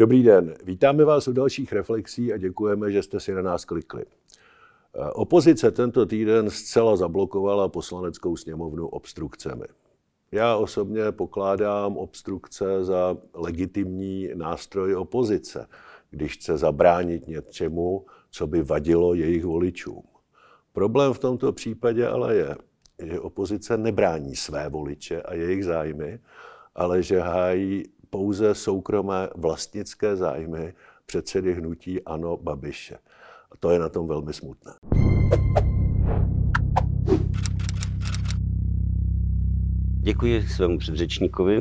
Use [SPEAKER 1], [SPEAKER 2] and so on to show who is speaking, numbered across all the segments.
[SPEAKER 1] Dobrý den, vítáme vás u dalších reflexí a děkujeme, že jste si na nás klikli. Opozice tento týden zcela zablokovala poslaneckou sněmovnu obstrukcemi. Já osobně pokládám obstrukce za legitimní nástroj opozice, když chce zabránit něčemu, co by vadilo jejich voličům. Problém v tomto případě ale je, že opozice nebrání své voliče a jejich zájmy, ale že hájí pouze soukromé vlastnické zájmy předsedy hnutí ANO Babiše. A to je na tom velmi smutné.
[SPEAKER 2] Děkuji svému předřečníkovi.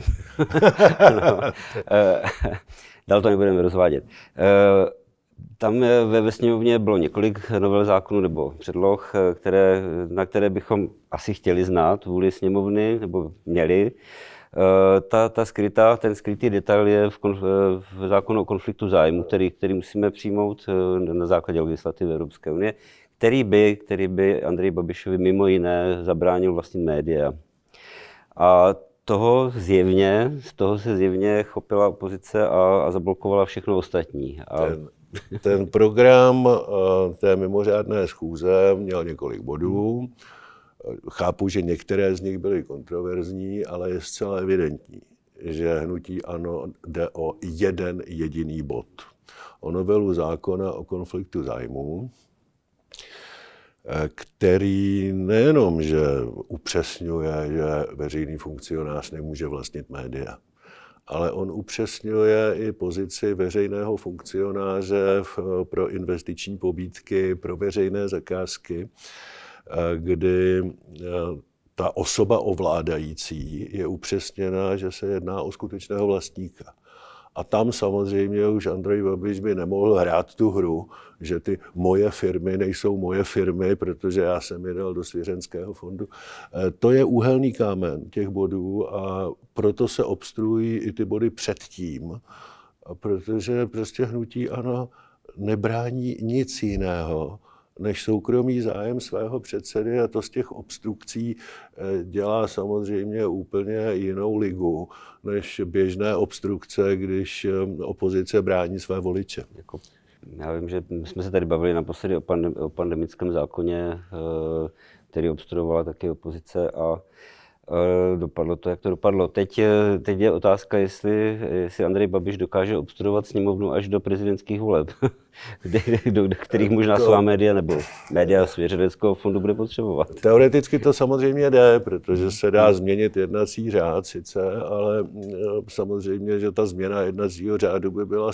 [SPEAKER 2] Dál to nebudeme rozvádět. Tam ve sněmovně bylo několik novel zákonů nebo předloh, na které bychom asi chtěli znát vůli sněmovny, nebo měli. Ten skrytý detail je v zákonu o konfliktu zájmu, který musíme přijmout na základě legislativy Evropské unie, který by Andreji Babišovi mimo jiné zabránil vlastnit média. A z toho se zjevně chopila opozice a zablokovala všechno ostatní.
[SPEAKER 1] Ten program té mimořádné schůze měl několik bodů. Chápu, že některé z nich byly kontroverzní, ale je zcela evidentní, že hnutí ANO jde o jeden jediný bod. O novelu zákona o konfliktu zájmů, který nejenom, že upřesňuje, že veřejný funkcionář nemůže vlastnit média, ale on upřesňuje i pozici veřejného funkcionáře pro investiční pobídky, pro veřejné zakázky, kdy ta osoba ovládající je upřesněna, že se jedná o skutečného vlastníka. A tam samozřejmě už Andrej Babiš by nemohl hrát tu hru, že ty moje firmy nejsou moje firmy, protože já jsem je dal do svěřenského fondu. To je úhelný kámen těch bodů a proto se obstruují i ty body předtím, protože prostě hnutí ANO nebrání nic jiného, než soukromý zájem svého předsedy, a to z těch obstrukcí dělá samozřejmě úplně jinou ligu, než běžné obstrukce, když opozice brání své voliče.
[SPEAKER 2] Já vím, že jsme se tady bavili naposledy o pandemickém zákoně, který obstruovala taky opozice a dopadlo to, jak to dopadlo. Teď je otázka, jestli Andrej Babiš dokáže obstruovat sněmovnu až do prezidentských voleb, do kterých možná svá média nebo média svěřeneckého fondu bude potřebovat.
[SPEAKER 1] Teoreticky to samozřejmě jde, protože se dá změnit jednací řád sice, ale samozřejmě, že ta změna jednacího řádu by byla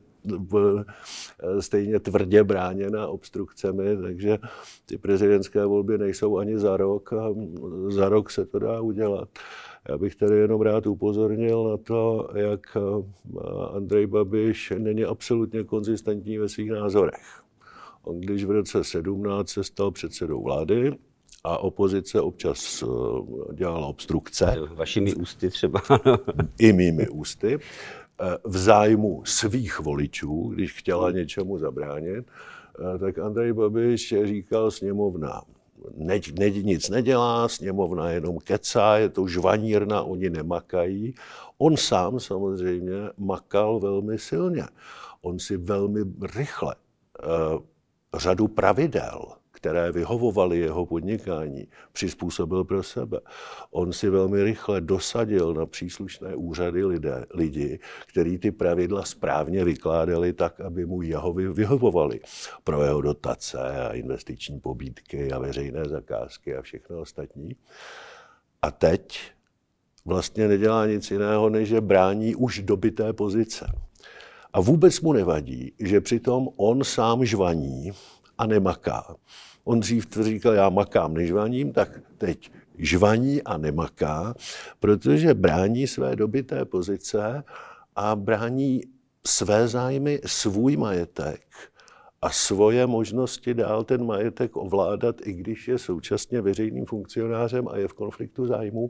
[SPEAKER 1] stejně tvrdě bráněna obstrukcemi, takže ty prezidentské volby nejsou ani za rok a za rok se to dá udělat. Já bych tady jenom rád upozornil na to, jak Andrej Babiš není absolutně konzistentní ve svých názorech. On když v roce 2017 se stal předsedou vlády a opozice občas dělala obstrukce.
[SPEAKER 2] Vašimi ústy třeba.
[SPEAKER 1] I mými ústy. V zájmu svých voličů, když chtěla něčemu zabránit, tak Andrej Babiš říkal sněmovna nic nedělá, sněmovna jenom kecá, je to žvanírna, oni nemakají. On sám samozřejmě makal velmi silně. On si velmi rychle řadu pravidel, které vyhovovaly jeho podnikání, přizpůsobil pro sebe. On si velmi rychle dosadil na příslušné úřady lidi, kteří ty pravidla správně vykládali tak, aby mu vyhovovali pro jeho dotace a investiční pobídky a veřejné zakázky a všechno ostatní. A teď vlastně nedělá nic jiného, než že brání už dobyté pozice. A vůbec mu nevadí, že přitom on sám žvaní a nemaká. On dřív říkal, já makám, nežvaním, tak teď žvaní a nemaká, protože brání své dobyté pozice a brání své zájmy, svůj majetek a svoje možnosti dál ten majetek ovládat, i když je současně veřejným funkcionářem a je v konfliktu zájmu,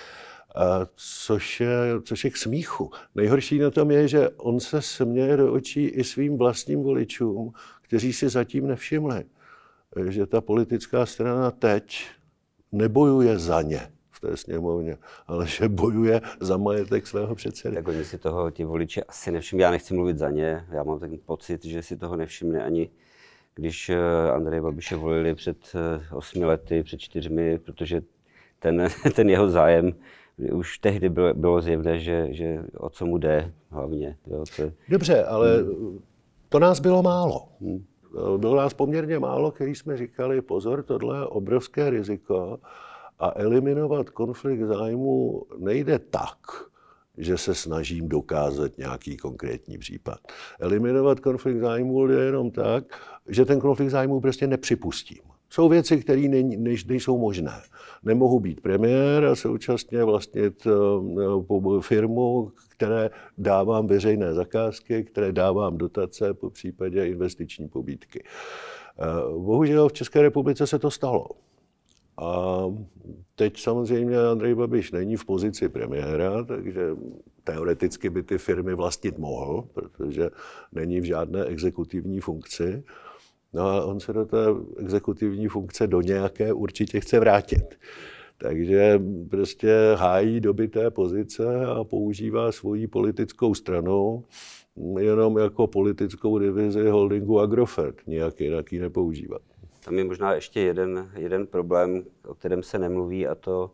[SPEAKER 1] což je k smíchu. Nejhorší na tom je, že on se směje do očí i svým vlastním voličům, kteří si zatím nevšimli, že ta politická strana teď nebojuje za ně v té sněmovně, ale že bojuje za majetek svého předsedy.
[SPEAKER 2] Tak oni si toho ti voliči asi nevšimli. Já nechci mluvit za ně. Já mám ten pocit, že si toho nevšimne ani když Andreje Babiše volili před 8 lety, před 4, protože ten jeho zájem už tehdy bylo zjevné, že o co mu jde hlavně. Jo,
[SPEAKER 1] Dobře, ale to nás bylo málo. Bylo nás poměrně málo, který jsme říkali, pozor, tohle je obrovské riziko a eliminovat konflikt zájmu nejde tak, že se snažím dokázat nějaký konkrétní případ. Eliminovat konflikt zájmu je jenom tak, že ten konflikt zájmu prostě nepřipustím. Jsou věci, které nejsou možné. Nemohu být premiér a současně vlastnit firmu, které dávám veřejné zakázky, které dávám dotace, po případě investiční pobídky. Bohužel v České republice se to stalo. A teď samozřejmě Andrej Babiš není v pozici premiéra, takže teoreticky by ty firmy vlastnit mohl, protože není v žádné exekutivní funkci. No a on se do té exekutivní funkce do nějaké určitě chce vrátit. Takže prostě hájí dobyté pozice a používá svoji politickou stranu jenom jako politickou divizi holdingu Agrofert. Nijak jinak ji nepoužívá.
[SPEAKER 2] Tam je možná ještě jeden problém, o kterém se nemluví, a to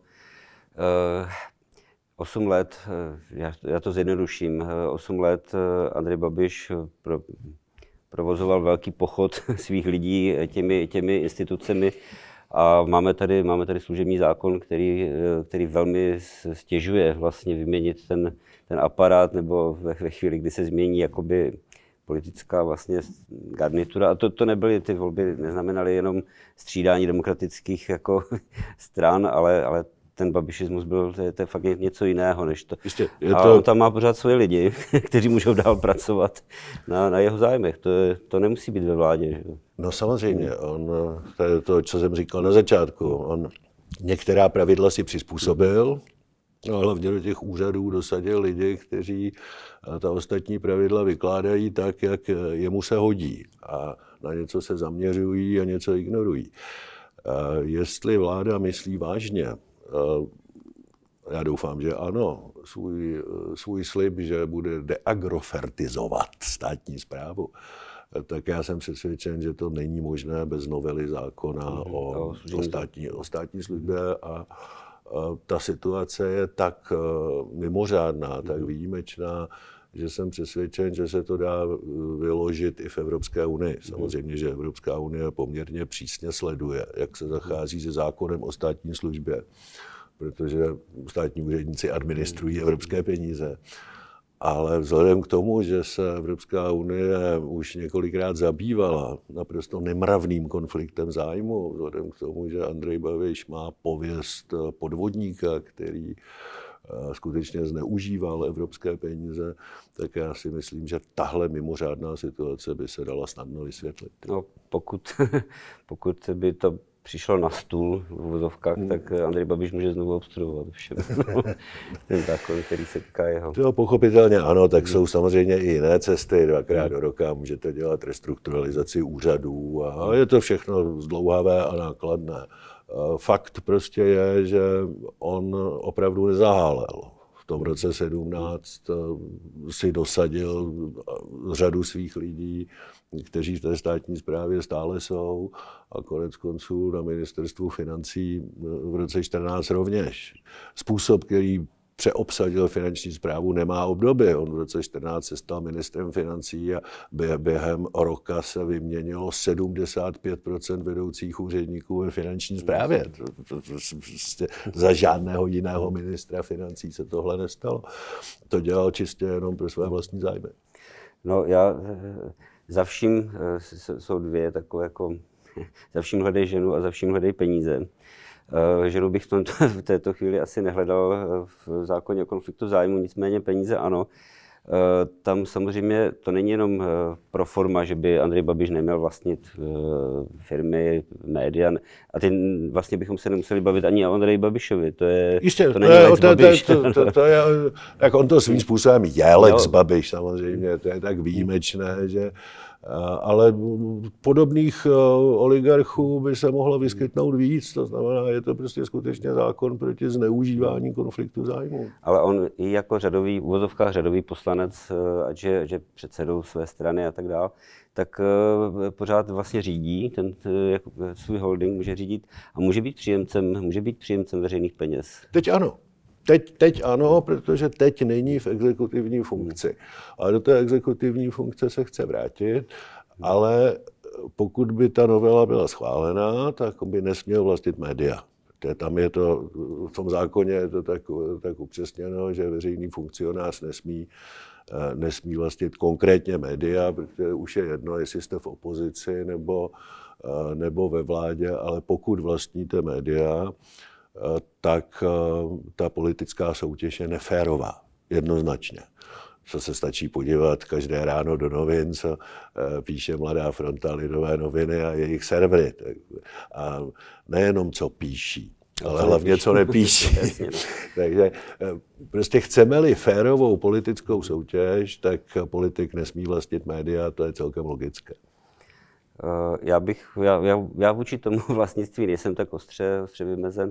[SPEAKER 2] 8 let, já to zjednoduším, 8 let Andrej Babiš provozoval velký pochod svých lidí těmi institucemi a máme tady služební zákon, který velmi stěžuje vlastně vyměnit ten aparát, nebo ve chvíli, kdy se změní jakoby politická vlastně garnitura. A to nebyly ty volby, neznamenaly jenom střídání demokratických jako stran, ale ten babišismus byl, to je fakt něco jiného než to.
[SPEAKER 1] Jistě,
[SPEAKER 2] a on tam má pořád svoje lidi, kteří můžou dál pracovat na jeho zájmech. To nemusí být ve vládě. Že?
[SPEAKER 1] No samozřejmě, to je to, co jsem říkal na začátku. On některá pravidla si přizpůsobil, no, hlavně do těch úřadů dosadil lidi, kteří ta ostatní pravidla vykládají tak, jak jemu se hodí. A na něco se zaměřují a něco ignorují. Jestli vláda myslí vážně, já doufám, že ano, svůj slib, že bude deagrofertizovat státní správu, tak já jsem přesvědčen, že to není možné bez novely zákona o státní službě a ta situace je tak mimořádná, tak výjimečná, že jsem přesvědčen, že se to dá vyložit i v Evropské unii. Samozřejmě, že Evropská unie poměrně přísně sleduje, jak se zachází se zákonem o státní službě, protože státní úředníci administrují evropské peníze. Ale vzhledem k tomu, že se Evropská unie už několikrát zabývala naprosto nemravným konfliktem zájmu, vzhledem k tomu, že Andrej Babiš má pověst podvodníka, který skutečně zneužíval evropské peníze, tak já si myslím, že tahle mimořádná situace by se dala snadno vysvětlit.
[SPEAKER 2] No, pokud by to přišlo na stůl v uvozovkách, tak Andrej Babiš může znovu obstruovat všem. Ten zákon, který se týká jeho.
[SPEAKER 1] To pochopitelně ano, tak jsou samozřejmě i jiné cesty. 2krát do roka můžete dělat restrukturalizaci úřadů a je to všechno zdlouhavé a nákladné. Fakt prostě je, že on opravdu nezahálel. V tom roce 17 si dosadil řadu svých lidí, kteří v té státní správě stále jsou a konec konců na ministerstvu financí v roce 14 rovněž. Způsob, který přeobsadil finanční správu, nemá obdoby. On v roce 14 se stal ministrem financí a během roka se vyměnilo 75% vedoucích úředníků ve finanční správě. Prostě za žádného jiného ministra financí se tohle nestalo. To dělal čistě jenom pro své vlastní zájmy.
[SPEAKER 2] No já za vším jsou dvě takové jako za vším hledej ženu a za vším hledej peníze. Ženu bych v této chvíli asi nehledal v zákoně o konfliktu zájmu, nicméně peníze ano. Tam samozřejmě to není jenom pro forma, že by Andrej Babiš neměl vlastnit firmy, média. A ty vlastně bychom se nemuseli bavit ani o Andreji Babišovi. To je,
[SPEAKER 1] jistě,
[SPEAKER 2] to není Lex Babiš.
[SPEAKER 1] To je, tak on to svým způsobem je Lex Babiš samozřejmě, to je tak výjimečné, že ale podobných oligarchů by se mohlo vyskytnout víc, to znamená, je to prostě skutečně zákon proti zneužívání konfliktu zájmů.
[SPEAKER 2] Ale on i jako řadový, v uvozovkách řadový poslanec, ať že předsedou své strany a tak dále, tak pořád vlastně řídí, ten jako svůj holding může řídit a může být příjemcem veřejných peněz.
[SPEAKER 1] Teď ano. Teď ano, protože teď není v exekutivní funkci. Ale do té exekutivní funkce se chce vrátit, ale pokud by ta novela byla schválená, tak by nesměl vlastnit média. Tam je to, v tom zákoně je to tak upřesněno, že veřejný funkcionář nesmí vlastnit konkrétně média, protože už je jedno, jestli jste v opozici nebo ve vládě, ale pokud vlastníte média, tak ta politická soutěž je neférová, jednoznačně. Co se stačí podívat každé ráno do novin, co píše Mladá fronta, Lidové noviny a jejich servery. A nejenom co píší, ale hlavně co nepíší. Takže prostě chceme-li férovou politickou soutěž, tak politik nesmí vlastnit média, to je celkem logické.
[SPEAKER 2] Já vůči tomu vlastnictví nejsem tak ostře vymezen.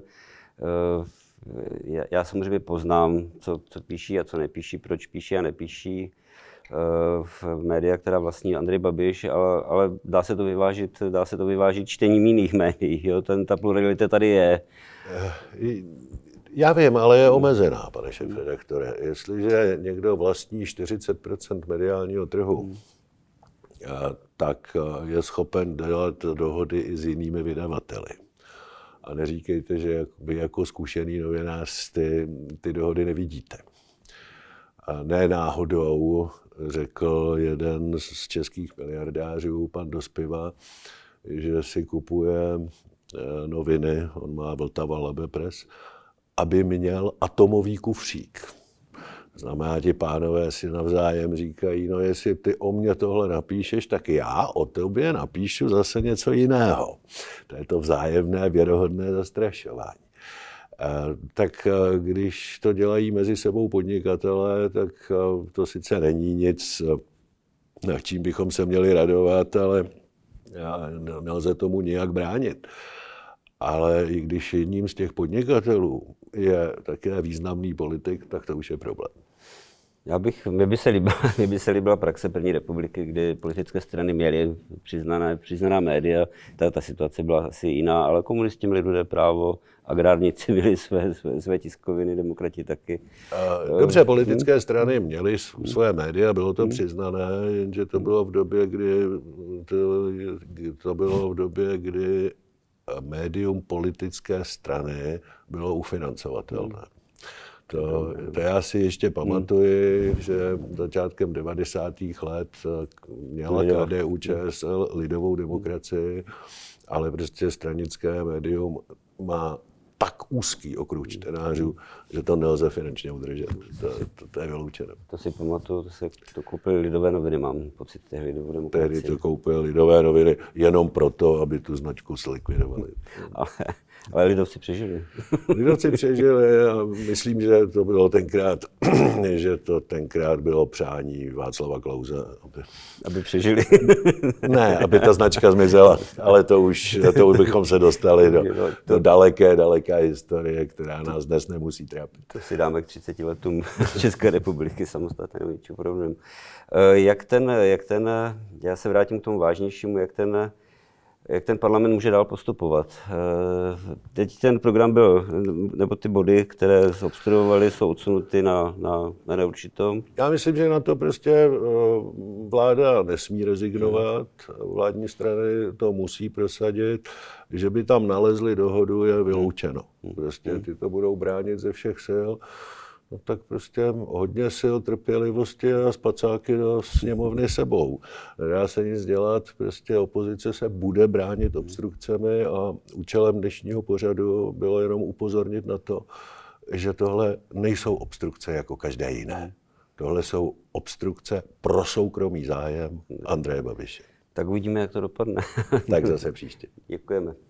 [SPEAKER 2] Já samozřejmě poznám, co píší a co nepíší, proč píší a nepíší v média, která vlastní Andrej Babiš, ale dá se to vyvážit čtením jiných médií. Jo? Ta pluralita tady je.
[SPEAKER 1] Já vím, ale je omezená, pane šéfredaktore. Jestliže někdo vlastní 40% mediálního trhu, tak je schopen dělat dohody i s jinými vydavateli. A neříkejte, že vy jako zkušený novinář ty dohody nevidíte. A ne náhodou řekl jeden z českých miliardářů, pan Dospiva, že si kupuje noviny, on má Vltava Labe Press, aby měl atomový kufřík. Znamená, ti pánové si navzájem říkají, no jestli ty o mě tohle napíšeš, tak já o tobě napíšu zase něco jiného. To je to vzájemné věrohodné zastrašování. Tak když to dělají mezi sebou podnikatelé, tak to sice není nic, nad čím bychom se měli radovat, ale nelze tomu nijak bránit. Ale i když jedním z těch podnikatelů je také významný politik, tak to už je problém.
[SPEAKER 2] Mně by se líbila praxe první republiky, kdy politické strany měly přiznaná média. Ta situace byla asi jiná, ale komunisti měli rudé právo, agrárníci měli své tiskoviny, demokrati taky.
[SPEAKER 1] Dobře, politické strany měly svoje média, bylo to přiznané, jenže to bylo v době, kdy médium politické strany bylo ufinancovatelné. To já si ještě pamatuji, že začátkem 90. let měla KDU-ČSL lidovou demokracii, ale prostě stranické médium má tak úzký okruh čtenářů, že to nelze finančně udržet. To je vyloučeno.
[SPEAKER 2] To si pamatuju, to koupily Lidové noviny, mám pocit, těch Lidovou demokracii.
[SPEAKER 1] Tehdy to koupily Lidové noviny jenom proto, aby tu značku zlikvidovali.
[SPEAKER 2] Ale lidovci přežili.
[SPEAKER 1] Lidovci přežili a myslím, že to tenkrát bylo přání Václava Klause.
[SPEAKER 2] Aby přežili.
[SPEAKER 1] Ne, aby ta značka zmizela, ale to už bychom se dostali do daleké historie, která nás dnes nemusí trápit.
[SPEAKER 2] To si dáme k 30 letům České republiky samostatné nebo něčím podobným. Já se vrátím k tomu vážnějšímu, jak ten parlament může dál postupovat. Teď ten program nebo ty body, které obstruovaly, jsou odsunuty na neurčitou.
[SPEAKER 1] Já myslím, že na to prostě vláda nesmí rezignovat. Vládní strany to musí prosadit. Že by tam nalezli dohodu, je vyloučeno. Prostě ty to budou bránit ze všech sil. No tak prostě hodně sil, trpělivosti a spacáky do sněmovny sebou. Nedá se nic dělat, prostě opozice se bude bránit obstrukcemi a účelem dnešního pořadu bylo jenom upozornit na to, že tohle nejsou obstrukce jako každé jiné. Tohle jsou obstrukce pro soukromý zájem Andreje Babiše.
[SPEAKER 2] Tak uvidíme, jak to dopadne.
[SPEAKER 1] Tak zase příště.
[SPEAKER 2] Děkujeme.